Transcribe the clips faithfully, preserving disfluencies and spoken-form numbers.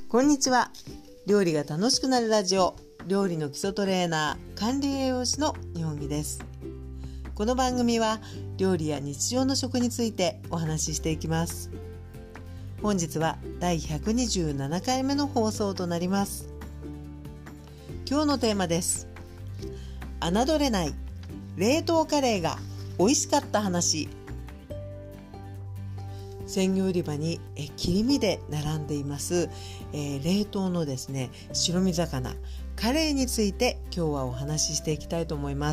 こんにちは。料理が楽しくなるラジオ、料理の基礎トレーナー、管理栄養士の日本木です。この番組は料理や日常の食についてお話ししていきます。本日はだいひゃくにじゅうななかいめの放送となります。今日のテーマです。侮れない冷凍カレーが美味しかった話。鮮魚売り場にえ切り身で並んでいます、えー、冷凍のですね白身魚カレーについて今日はお話ししていきたいと思います。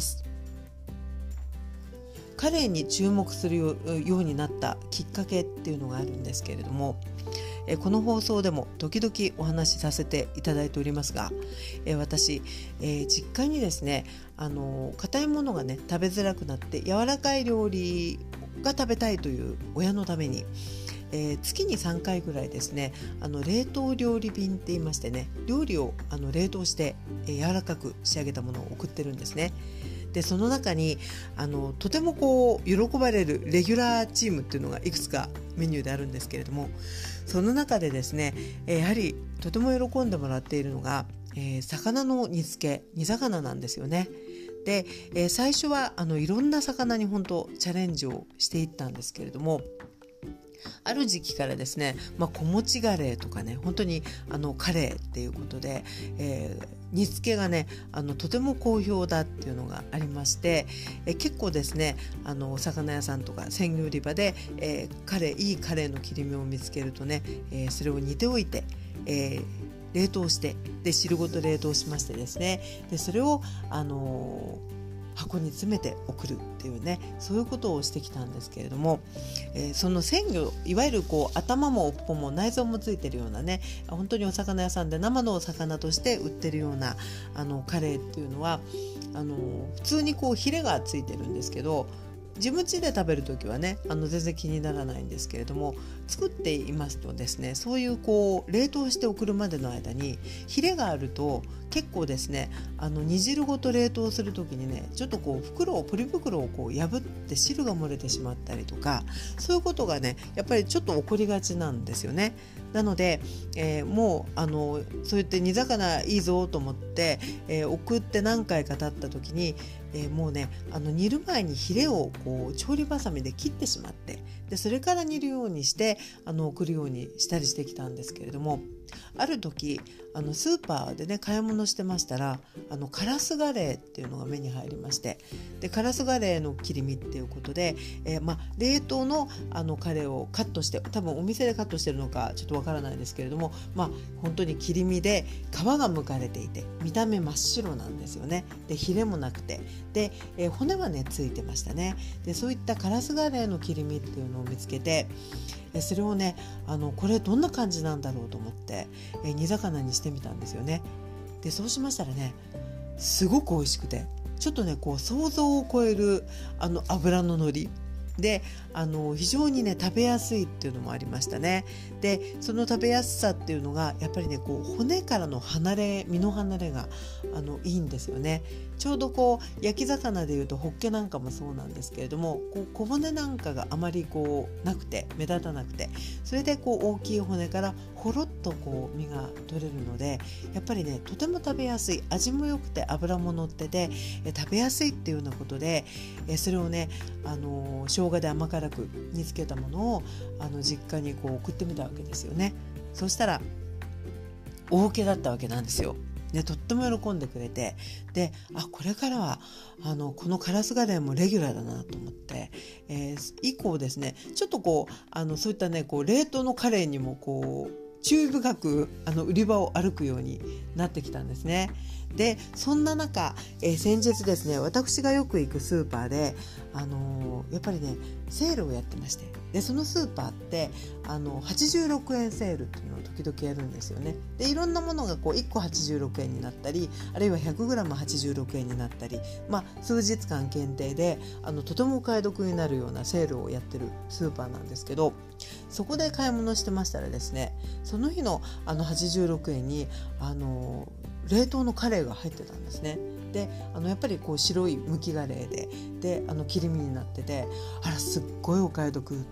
カレーに注目するようになったきっかけっていうのがあるんですけれども、えこの放送でも時々お話しさせていただいておりますが、え私、えー、実家にですねあの硬いものがね食べづらくなって柔らかい料理が食べたいという親のために、えー、月にさんかいぐらいですねあの冷凍料理便って言いましてね料理をあの冷凍して、えー、柔らかく仕上げたものを送ってるんですね。でその中にあのとてもこう喜ばれるレギュラーチームっていうのがいくつかメニューであるんですけれども、その中でですねやはりとても喜んでもらっているのが、えー、魚の煮付け煮魚なんですよね。で、えー、最初はあのいろんな魚に本当チャレンジをしていったんですけれども、ある時期からですね、まあ、小餅カレーとかね本当にあのカレーっていうことで、えー、煮付けがねあのとても好評だっていうのがありまして、えー、結構ですねあのお魚屋さんとか鮮魚売り場で、えー、カレーいいカレーの切り身を見つけるとね、えー、それを煮ておいて、えー冷凍してで汁ごと冷凍しましてですねでそれを、あのー、箱に詰めて送るっていうねそういうことをしてきたんですけれども、えー、その鮮魚いわゆるこう頭も尾っぽも内臓もついてるようなね本当にお魚屋さんで生のお魚として売ってるようなあのカレーっていうのはあのー、普通にこうヒレがついてるんですけど自分家で食べるときはねあの全然気にならないんですけれども、作っていますとですねそういうこう冷凍して送るまでの間にヒレがあると結構ですねあの煮汁ごと冷凍するときにねちょっとこう袋をポリ袋をこう破って汁が漏れてしまったりとかそういうことがねやっぱりちょっと起こりがちなんですよね。なので、えー、もうあのそう言って煮魚いいぞと思って、えー、送って何回か経った時に、えー、もうねあの煮る前にヒレをこう調理ばさみで切ってしまってでそれから煮るようにしてあの送るようにしたりしてきたんですけれども、ある時あのスーパーでね買い物してましたらあのカラスガレーっていうのが目に入りまして、でカラスガレーの切り身っていうことで、えーまあ、冷凍のあのカレーをカットして多分お店でカットしてるのかちょっとわからないですけれども、まあ、本当に切り身で皮が剥かれていて見た目真っ白なんですよね。でヒレもなくてで、えー、骨はねついてましたね。でそういったカラスガレーの切り身っていうのを見つけてそれをねあのこれどんな感じなんだろうと思って、えー、煮魚にしてみたんですよね。でそうしましたらねすごく美味しくてちょっとねこう想像を超えるあの脂の乗りであの非常にね食べやすいっていうのもありましたね。でその食べやすさっていうのがやっぱりねこう骨からの離れ身の離れがあのいいんですよね。ちょうどこう焼き魚でいうとホッケなんかもそうなんですけれどもこう小骨なんかがあまりこうなくて目立たなくてそれでこう大きい骨からほろっとこう身が取れるのでやっぱりねとても食べやすい味も良くて脂も乗っててえ食べやすいっていうようなことでえそれをねあの生姜で甘辛く煮付けたものをあの実家にこう送ってみたわけですよね。そしたら大受けだったわけなんですよ。でとっても喜んでくれてであこれからはあのこのカラスガレーもレギュラーだなと思って、えー、以降ですねちょっとこうあのそういったねこう冷凍のカレーにもこう注意深くあの売り場を歩くようになってきたんですね。でそんな中、えー、先日ですね私がよく行くスーパーで、あのー、やっぱりねセールをやってましてでそのスーパーってあのはちじゅうろくえんセールっていうのを時々やるんですよね。でいろんなものがこういっこはちじゅうろくえんになったりあるいは ひゃくグラムはちじゅうろくえんになったり、まあ、数日間限定であのとてもお買い得になるようなセールをやってるスーパーなんですけどそこで買い物してましたらですねその日のあのはちじゅうろくえんにあの冷凍のカレーが入ってたんですね。であのやっぱりこう白いむきカレーでであの切り身になっててあらすっごいお買い得と思っ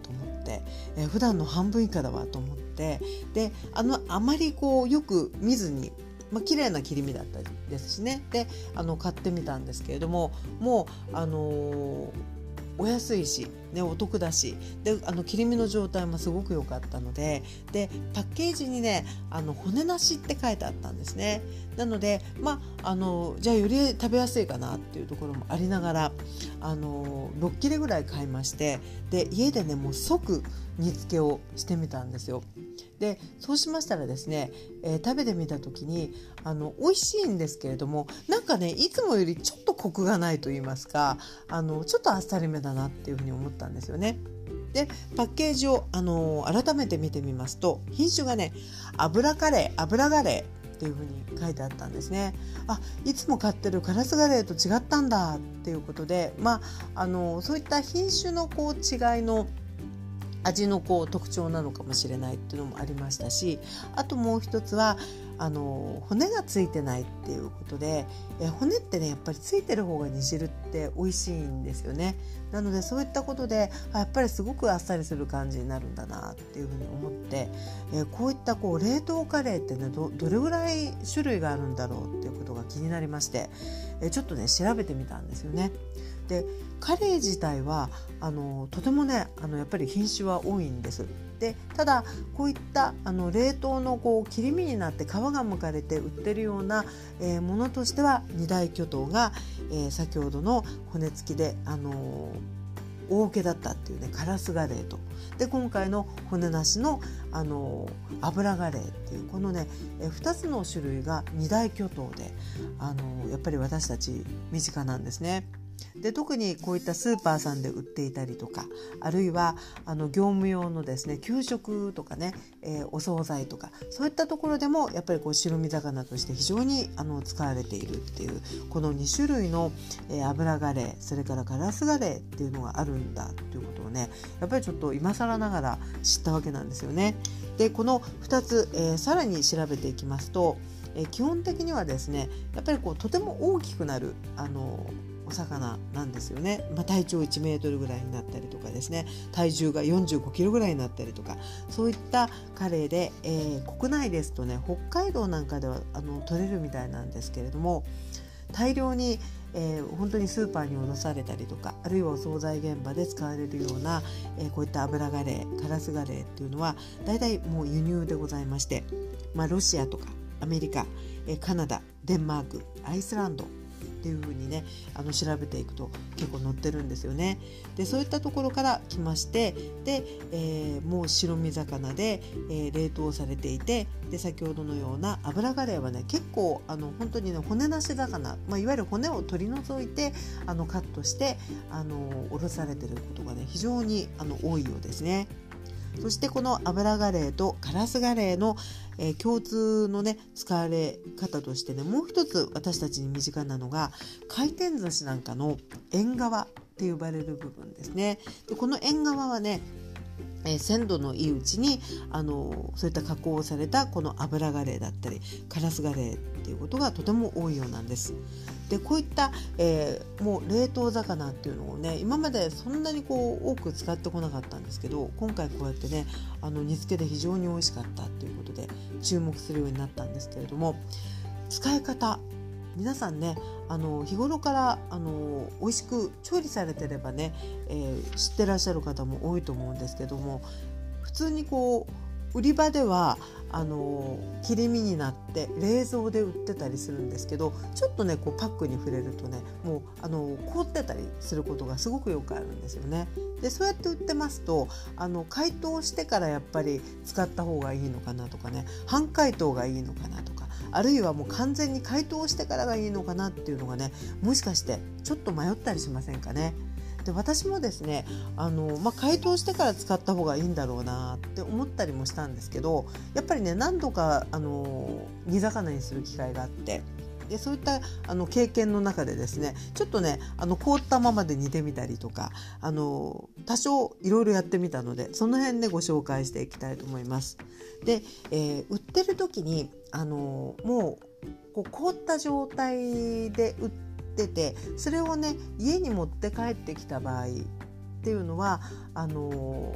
て、えー、普段の半分以下だわと思って、であのあまりこうよく見ずに、まあ綺麗な切り身だったりですしね、であの買ってみたんですけれども、もうあのーお安いし、ね、お得だし、であの切り身の状態もすごく良かったので、でパッケージにねあの骨なしって書いてあったんですね。なので、まあ、あのじゃあより食べやすいかなっていうところもありながら、あのろっ切れぐらい買いまして、で家でねもう即煮付けをしてみたんですよ。でそうしましたらですね、えー、食べてみた時にあの美味しいんですけれども、なんかねいつもよりちょっとコクがないと言いますか、あのちょっとあっさりめだなっていうふうに思ったんですよね。でパッケージを、あのー、改めて見てみますと、品種がね油カレー油ガレーっていうふうに書いてあったんですね。あ、いつも買ってるカラスガレーと違ったんだっていうことで、まああのー、そういった品種のこう違いの味のこう特徴なのかもしれないっていうのもありましたし、あともう一つはあの骨がついてないっていうことで、え骨ってねやっぱりついてる方が煮汁って美味しいんですよね。なのでそういったことでやっぱりすごくあっさりする感じになるんだなっていうふうに思って、えこういったこう冷凍カレーってね ど, どれぐらい種類があるんだろうっていうことが気になりまして、えちょっとね調べてみたんですよね。でカレー自体はあのとてもねあのやっぱり品種は多いんです。でただこういったあの冷凍のこう切り身になって皮が剥かれて売ってるような、えー、ものとしては二大巨頭が、えー、先ほどの骨付きで、あのー、大受けだったっていうねカラスガレーと、で今回の骨なしの、あのー、油ガレーっていうこのね、えー、ふたつの種類が二大巨頭で、あのー、やっぱり私たち身近なんですね。で特にこういったスーパーさんで売っていたりとか、あるいはあの業務用のですね給食とかね、えー、お惣菜とかそういったところでもやっぱりこう白身魚として非常にあの使われているっていうこのに種類の、えー、油ガレー、それからガラスガレーっていうのがあるんだっていうことをねやっぱりちょっと今更ながら知ったわけなんですよね。でこのふたつ、えー、さらに調べていきますと、えー、基本的にはですねやっぱりこうとても大きくなるあのお魚なんですよね。まあ、体長いちメートルぐらいになったりとかですね、体重がよんじゅうごキロぐらいになったりとか、そういったカレーで、えー、国内ですとね北海道なんかではあの取れるみたいなんですけれども、大量に、えー、本当にスーパーに卸されたりとか、あるいはお惣菜現場で使われるような、えー、こういった油ガレー、カラスガレーっていうのはだいたいもう輸入でございまして、まあ、ロシアとかアメリカ、えー、カナダ、デンマーク、アイスランドっていう風にねあの調べていくと結構載ってるんですよね。でそういったところから来まして、で、えー、もう白身魚で、えー、冷凍されていて、で先ほどのような油ガレーはね結構あの本当にね骨なし魚、まあ、いわゆる骨を取り除いてあのカットしてあのおろされてることがね非常にあの多いようですね。そしてこの油ガレーとカラスガレーの、えー、共通のね使われ方としてね、もう一つ私たちに身近なのが回転寿司なんかの縁側って呼ばれる部分ですね。でこの縁側はねえー、鮮度のいいうちにあのそういった加工をされたこの油ガレーだったりカラスガレーっていうことがとても多いようなんです。でこういった、えー、もう冷凍魚っていうのをね今までそんなにこう多く使ってこなかったんですけど、今回こうやってねあの煮付けで非常に美味しかったっていうことで注目するようになったんですけれども、使い方皆さんねあの日頃からあの美味しく調理されてればね、えー、知ってらっしゃる方も多いと思うんですけども、普通にこう売り場ではあの切り身になって冷蔵で売ってたりするんですけど、ちょっとねこうパックに触れるとねもうあの凍ってたりすることがすごくよくあるんですよね。でそうやって売ってますとあの解凍してからやっぱり使った方がいいのかなとかね、半解凍がいいのかなとか、あるいはもう完全に解凍してからがいいのかなっていうのがねもしかしてちょっと迷ったりしませんかね。で私もですねあの、まあ、解凍してから使った方がいいんだろうなって思ったりもしたんですけど、やっぱりね何度かあの煮魚にする機会があって、でそういったあの経験の中でですねちょっとねあの凍ったままで煮てみたりとかあの多少いろいろやってみたので、その辺でご紹介していきたいと思います。で、えー、売ってる時にあのもう、こう凍った状態で売って出てそれをね家に持って帰ってきた場合っていうのはあの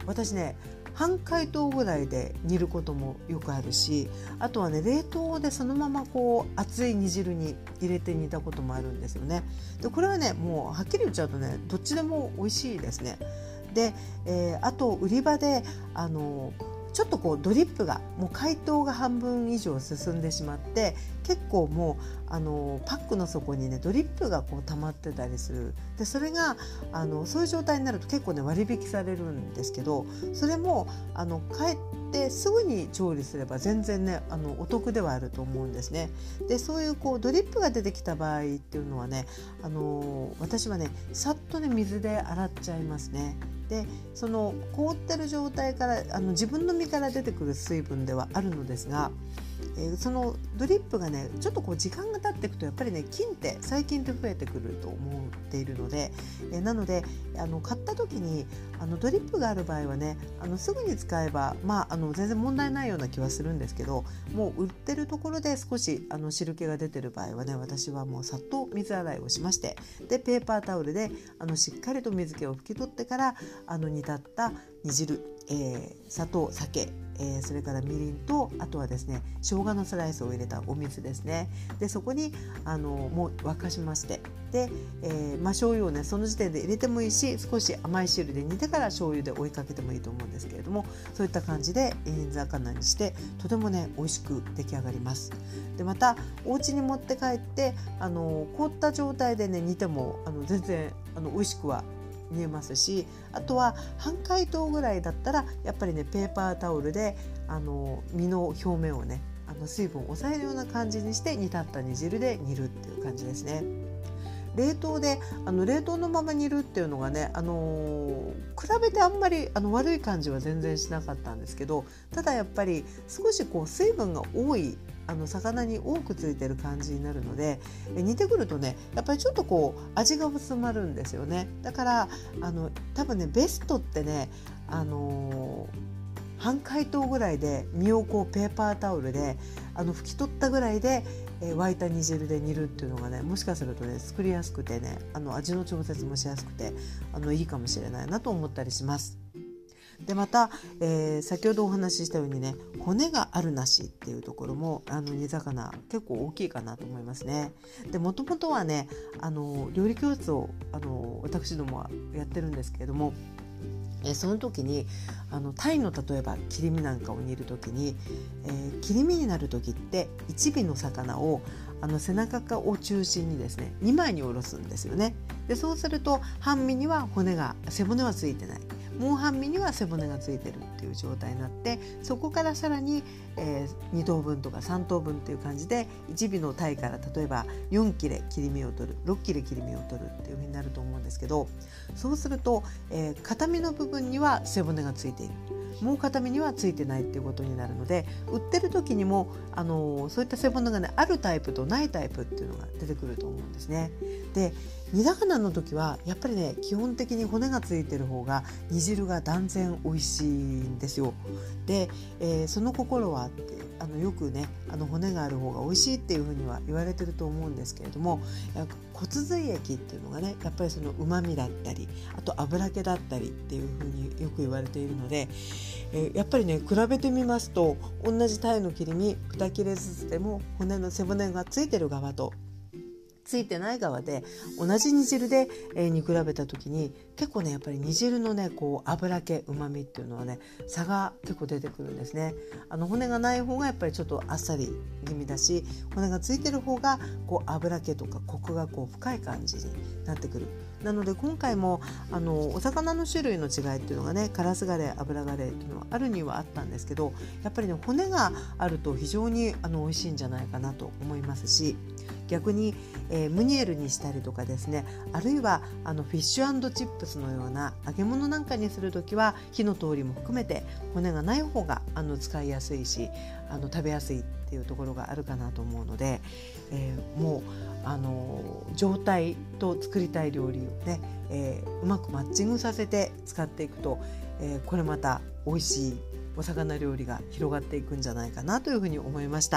私ね半解凍ぐらいで煮ることもよくあるし、あとはね冷凍でそのままこう熱い煮汁に入れて煮たこともあるんですよね。でこれはねもうはっきり言っちゃうとねどっちでも美味しいですね。で、えー、あと売り場であのちょっとこうドリップがもう解凍が半分以上進んでしまって、結構もうあのパックの底にねドリップがこう溜まってたりする。でそれがあのそういう状態になると結構ね割引されるんですけど、それもあの帰ってすぐに調理すれば全然ねあのお得ではあると思うんですね。でそういうこうドリップが出てきた場合っていうのはね、あの私はねさっとね水で洗っちゃいますね。でその凍ってる状態からあの自分の身から出てくる水分ではあるのですが、えー、そのドリップがねちょっとこう時間が経っていくとやっぱりね菌って細菌って増えてくると思っているので、えー、なのであの買った時にあのドリップがある場合はねあのすぐに使えば、まあ、あの全然問題ないような気はするんですけど、もう売ってるところで少しあの汁気が出てる場合はね、私はもうさっと水洗いをしまして、でペーパータオルであのしっかりと水気を拭き取ってからあの煮立った煮汁、えー、砂糖、酒、えー、それからみりんと、あとはですね生姜のスライスを入れたお水ですね。でそこにあのもう沸かしまして、で、えーまあ、醤油をねその時点で入れてもいいし、少し甘い汁で煮てから醤油で追いかけてもいいと思うんですけれども、そういった感じで煮魚にしてとてもね美味しく出来上がります。でまたお家に持って帰ってあの凍った状態でね煮てもあの全然あの美味しくは見えますし、あとは半解凍ぐらいだったらやっぱりねペーパータオルであの身の表面をねあの水分を抑えるような感じにして煮立った煮汁で煮るっていう感じですね。冷凍であの冷凍のまま煮るっていうのがね、あのー、比べてあんまりあの悪い感じは全然しなかったんですけど、ただやっぱり少しこう水分が多いあの魚に多くついてる感じになるので、え煮てくるとねやっぱりちょっとこう味が薄まるんですよね。だからあの多分ねベストってね、あのー、半解凍ぐらいで身をこうペーパータオルであの拭き取ったぐらいで、えー、沸いた煮汁で煮るっていうのがね、もしかするとね作りやすくてね、あの味の調節もしやすくてあのいいかもしれないなと思ったりします。でまた、えー、先ほどお話ししたようにね骨があるなしっていうところもあの煮魚結構大きいかなと思いますね。でもともとはねあの料理教室をあの私どもはやってるんですけれども、えー、その時にあの鯛の例えば切り身なんかを煮る時に、えー、切り身になる時って一尾の魚をあの背中を中心にですねにまいにおろすんですよね。でそうすると半身には骨が背骨はついてない、もう半身には背骨がついてるっていう状態になって、そこからさらに、えー、に等分とかさん等分っていう感じでいち尾の鯛から例えばよん切れ切り身を取る、ろっ切れ切り身を取るっていう風になると思うんですけど、そうすると、えー、片身の部分には背骨がついている、もう片身にはついてないっていうことになるので、売ってる時にも、あのー、そういった背骨がねあるタイプとないタイプっていうのが出てくると思うんですね。で煮魚の時はやっぱりね基本的に骨がついてる方が煮汁が断然美味しいんですよ。で、えー、その心はってあのよくねあの骨がある方が美味しいっていうふうには言われてると思うんですけれども、骨髄液っていうのがねやっぱりその旨味だったり、あと油気だったりっていうふうによく言われているので、えー、やっぱりね比べてみますと同じ鯛の切り身に切れずつでも骨の背骨がついてる側とついてない側で同じ煮汁で、えー、煮比べた時に結構ねやっぱり煮汁のねこう油気うまみっていうのはね差が結構出てくるんですね。あの骨がない方がやっぱりちょっとあっさり気味だし、骨がついてる方がこう油気とかコクがこう深い感じになってくる。なので今回もあのお魚の種類の違いっていうのがねカラスガレー油ガレーっていうのはあるにはあったんですけど、やっぱりね骨があると非常にあの美味しいんじゃないかなと思いますし、逆に、えー、ムニエルにしたりとかですね、あるいはあのフィッシュ&チップスのような揚げ物なんかにするときは火の通りも含めて骨がない方があの使いやすいしあの食べやすいっていうところがあるかなと思うので、えー、もうあの状態と作りたい料理をね、えー、うまくマッチングさせて使っていくと、えー、これまた美味しいお魚料理が広がっていくんじゃないかなというふうに思いました。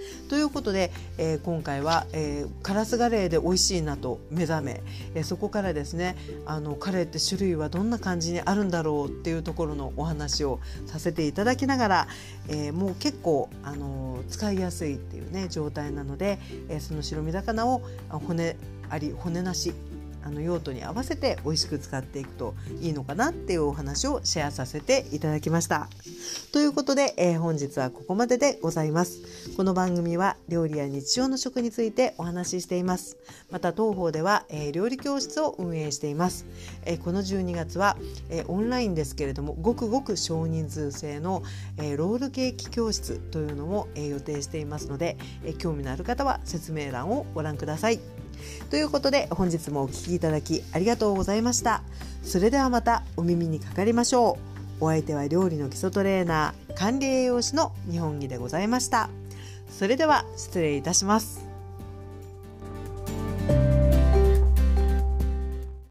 ということで、えー、今回は、えー、カラスガレーで美味しいなと目覚め、えー、そこからですね、あのカレーって種類はどんな感じにあるんだろうっていうところのお話をさせていただきながら、えー、もう結構、あのー、使いやすいっていうね状態なので、えー、その白身魚を骨あり骨なしあの用途に合わせて美味しく使っていくといいのかなっていうお話をシェアさせていただきました。ということで、えー、本日はここまででございます。この番組は料理や日常の食についてお話ししています。また当方では、えー、料理教室を運営しています。えー、このじゅうにがつは、えー、オンラインですけれどもごくごく少人数制の、えー、ロールケーキ教室というのも、えー、予定していますので、えー、興味のある方は説明欄をご覧ください。ということで本日もお聞きいただきありがとうございました。それではまたお耳にかかりましょう。お相手は料理の基礎トレーナー管理栄養士の日本木でございました。それでは失礼いたします。